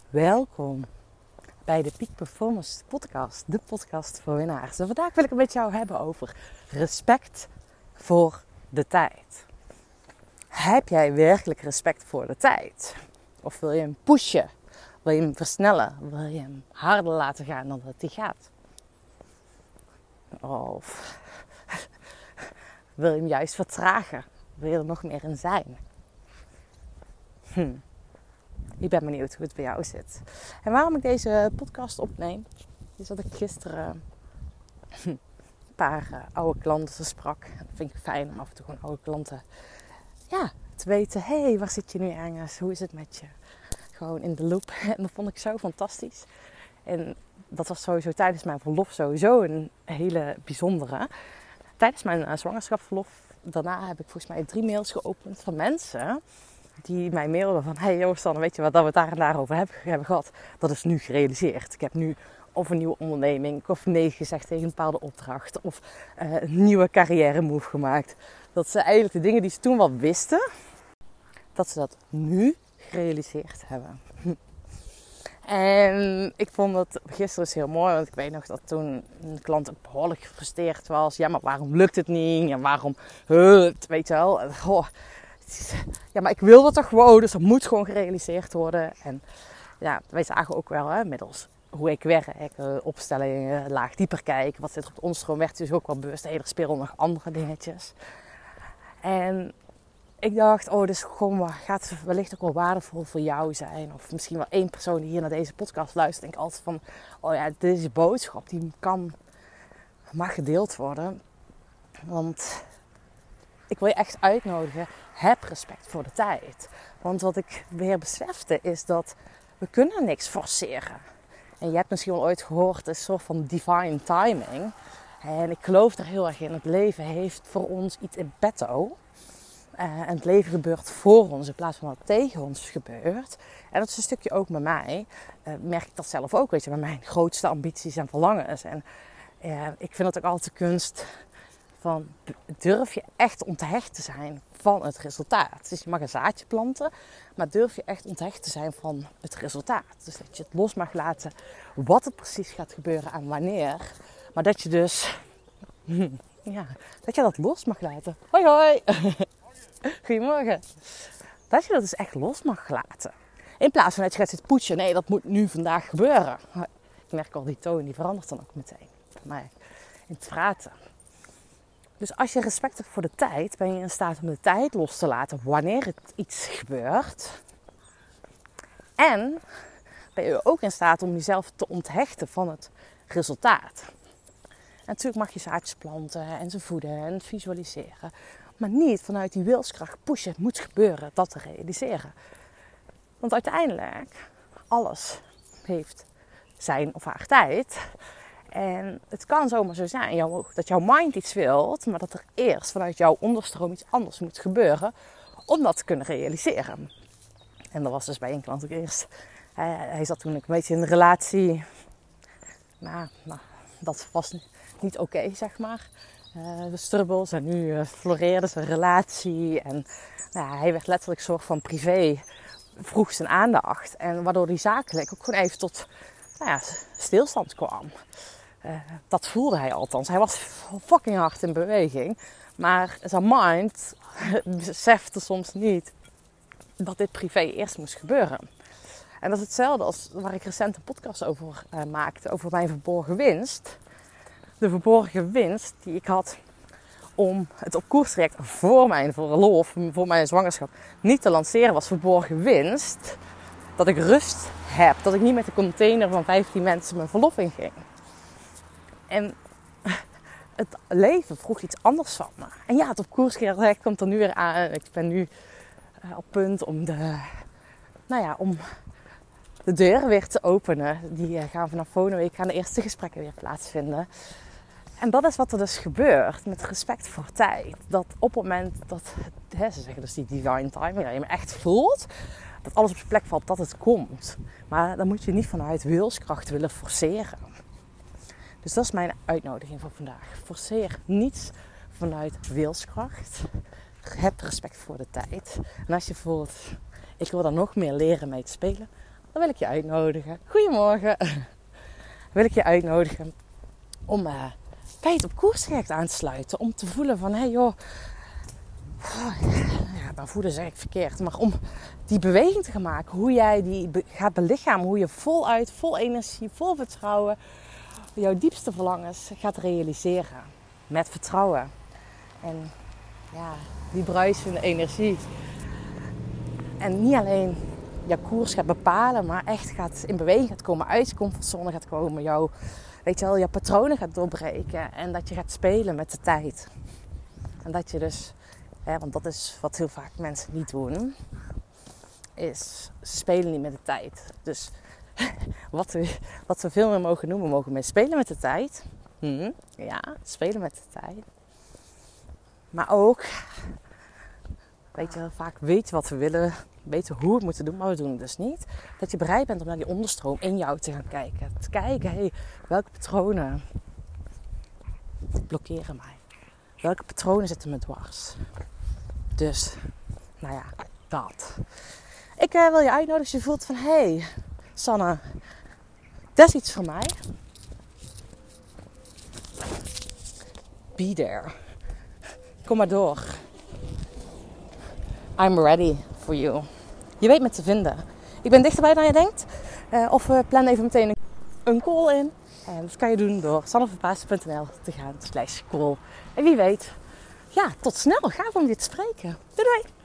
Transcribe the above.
Welkom bij de Peak Performance Podcast, de podcast voor winnaars. En vandaag wil ik het met jou hebben over respect voor de tijd. Heb jij werkelijk respect voor de tijd? Of wil je hem pushen? Wil je hem versnellen? Wil je hem harder laten gaan dan dat hij gaat? Of wil je hem juist vertragen? Wil je er nog meer in zijn? Ik ben benieuwd hoe het bij jou zit. En waarom ik deze podcast opneem, is dat ik gisteren een paar oude klanten sprak. Dat vind ik fijn om af en toe gewoon oude klanten te weten. Hey, waar zit je nu ergens? Hoe is het met je? Gewoon in de loop. En dat vond ik zo fantastisch. En dat was sowieso tijdens mijn verlof sowieso een hele bijzondere. Tijdens mijn zwangerschapsverlof, daarna heb ik volgens mij 3 mails geopend van mensen die mij mailden van, hey Joost, weet je wat dat we het daar en daarover hebben gehad? Dat is nu gerealiseerd. Ik heb nu of een nieuwe onderneming, of nee gezegd tegen een bepaalde opdracht, of een nieuwe carrière move gemaakt. Dat ze eigenlijk de dingen die ze toen wel wisten, dat ze dat nu gerealiseerd hebben. En ik vond het gisteren dus heel mooi, want ik weet nog dat toen een klant ook behoorlijk gefrustreerd was. Ja, maar waarom lukt het niet? En waarom, weet je wel. Ja, maar ik wil dat toch gewoon, dus dat moet gewoon gerealiseerd worden. En ja, wij zagen ook wel middels hoe ik werk, opstellingen, laag dieper kijken. Wat zit er op de onderstroom, werd dus ook wel bewust. Er spelen nog andere dingetjes. En ik dacht, dus gewoon gaat het wellicht ook wel waardevol voor jou zijn. Of misschien wel 1 persoon die hier naar deze podcast luistert. Denk altijd van, deze boodschap die mag gedeeld worden. Want ik wil je echt uitnodigen, heb respect voor de tijd. Want wat ik weer besefte is dat we kunnen niks forceren. En je hebt misschien wel ooit gehoord, een soort van divine timing. En ik geloof er heel erg in. Het leven heeft voor ons iets in petto. En het leven gebeurt voor ons in plaats van dat het tegen ons gebeurt. En dat is een stukje ook met mij. Merk ik dat zelf ook, weet je, met mijn grootste ambities en verlangens. En ik vind het ook altijd de kunst van, durf je echt onthecht te zijn van het resultaat. Dus je mag een zaadje planten, maar durf je echt onthecht te zijn van het resultaat. Dus dat je het los mag laten wat er precies gaat gebeuren en wanneer. Maar dat je dus, dat je dat los mag laten. Hoi hoi! Goedemorgen. Dat je dat dus echt los mag laten. In plaats van dat je gaat zitten poetsen. Nee, dat moet nu vandaag gebeuren. Ik merk al die toon, die verandert dan ook meteen. Bij mij in het praten. Dus als je respect hebt voor de tijd, ben je in staat om de tijd los te laten wanneer het iets gebeurt. En ben je ook in staat om jezelf te onthechten van het resultaat. En natuurlijk mag je zaadjes planten en ze voeden en visualiseren. Maar niet vanuit die wilskracht pushen, het moet gebeuren, dat te realiseren. Want uiteindelijk, alles heeft zijn of haar tijd. En het kan zomaar zo zijn dat jouw mind iets wilt, maar dat er eerst vanuit jouw onderstroom iets anders moet gebeuren om dat te kunnen realiseren. En dat was dus bij een klant ook eerst. Hij zat toen een beetje in een relatie. Nou, dat was niet oké, zeg maar. De strubbels en nu floreerde zijn relatie. En hij werd letterlijk een soort van privé, vroeg zijn aandacht. En waardoor hij zakelijk ook gewoon even tot stilstand kwam. Dat voelde hij althans. Hij was fucking hard in beweging. Maar zijn mind besefte soms niet dat dit privé eerst moest gebeuren. En dat is hetzelfde als waar ik recent een podcast over maakte. Over mijn verborgen winst. De verborgen winst die ik had om het op koerstraject voor mijn verlof, voor mijn zwangerschap, niet te lanceren, was verborgen winst. Dat ik rust heb. Dat ik niet met een container van 15 mensen mijn verlof inging. En het leven vroeg iets anders van me. En ja, het op koerstraject komt er nu weer aan. Ik ben nu op punt om om de deuren weer te openen. Die gaan vanaf volgende week gaan de eerste gesprekken weer plaatsvinden. En dat is wat er dus gebeurt met respect voor tijd. Dat op het moment dat, ze zeggen dus die divine timing, dat je me echt voelt, dat alles op zijn plek valt, dat het komt. Maar dan moet je niet vanuit wilskracht willen forceren. Dus dat is mijn uitnodiging voor vandaag. Forceer niets vanuit wilskracht. Heb respect voor de tijd. En als je voelt, ik wil daar nog meer leren mee te spelen, dan wil ik je uitnodigen. Goedemorgen. Wil ik je uitnodigen om bij het op koers traject aan te sluiten. Om te voelen van, hé joh, ja, maar voelen zeg ik verkeerd. Maar om die beweging te gaan maken. Hoe jij die gaat belichamen. Hoe je voluit, vol energie, vol vertrouwen jouw diepste verlangens gaat realiseren. Met vertrouwen. En ja, die bruisende energie. En niet alleen jouw koers gaat bepalen, maar echt gaat in beweging gaat komen, uit je comfortzone gaat komen. Jouw patronen gaat doorbreken. En dat je gaat spelen met de tijd. En dat je dus, want dat is wat heel vaak mensen niet doen, is ze spelen niet met de tijd. Dus wat we veel meer mogen doen, we mogen meer spelen met de tijd. Ja, spelen met de tijd. Maar ook, vaak weten wat we willen, weten hoe we het moeten doen, maar we doen het dus niet. Dat je bereid bent om naar die onderstroom in jou te gaan kijken. Te kijken, welke patronen blokkeren mij? Welke patronen zitten me dwars? Dus, dat. Ik wil je uitnodigen als je voelt van, Sanne, dat is iets voor mij. Be there. Kom maar door. I'm ready for you. Je weet me te vinden. Ik ben dichterbij dan je denkt. Of plan even meteen een call in. En dat kan je doen door sanneverpaasen.nl te gaan /call. En wie weet, tot snel. Gaaf om je te spreken. Doei doei.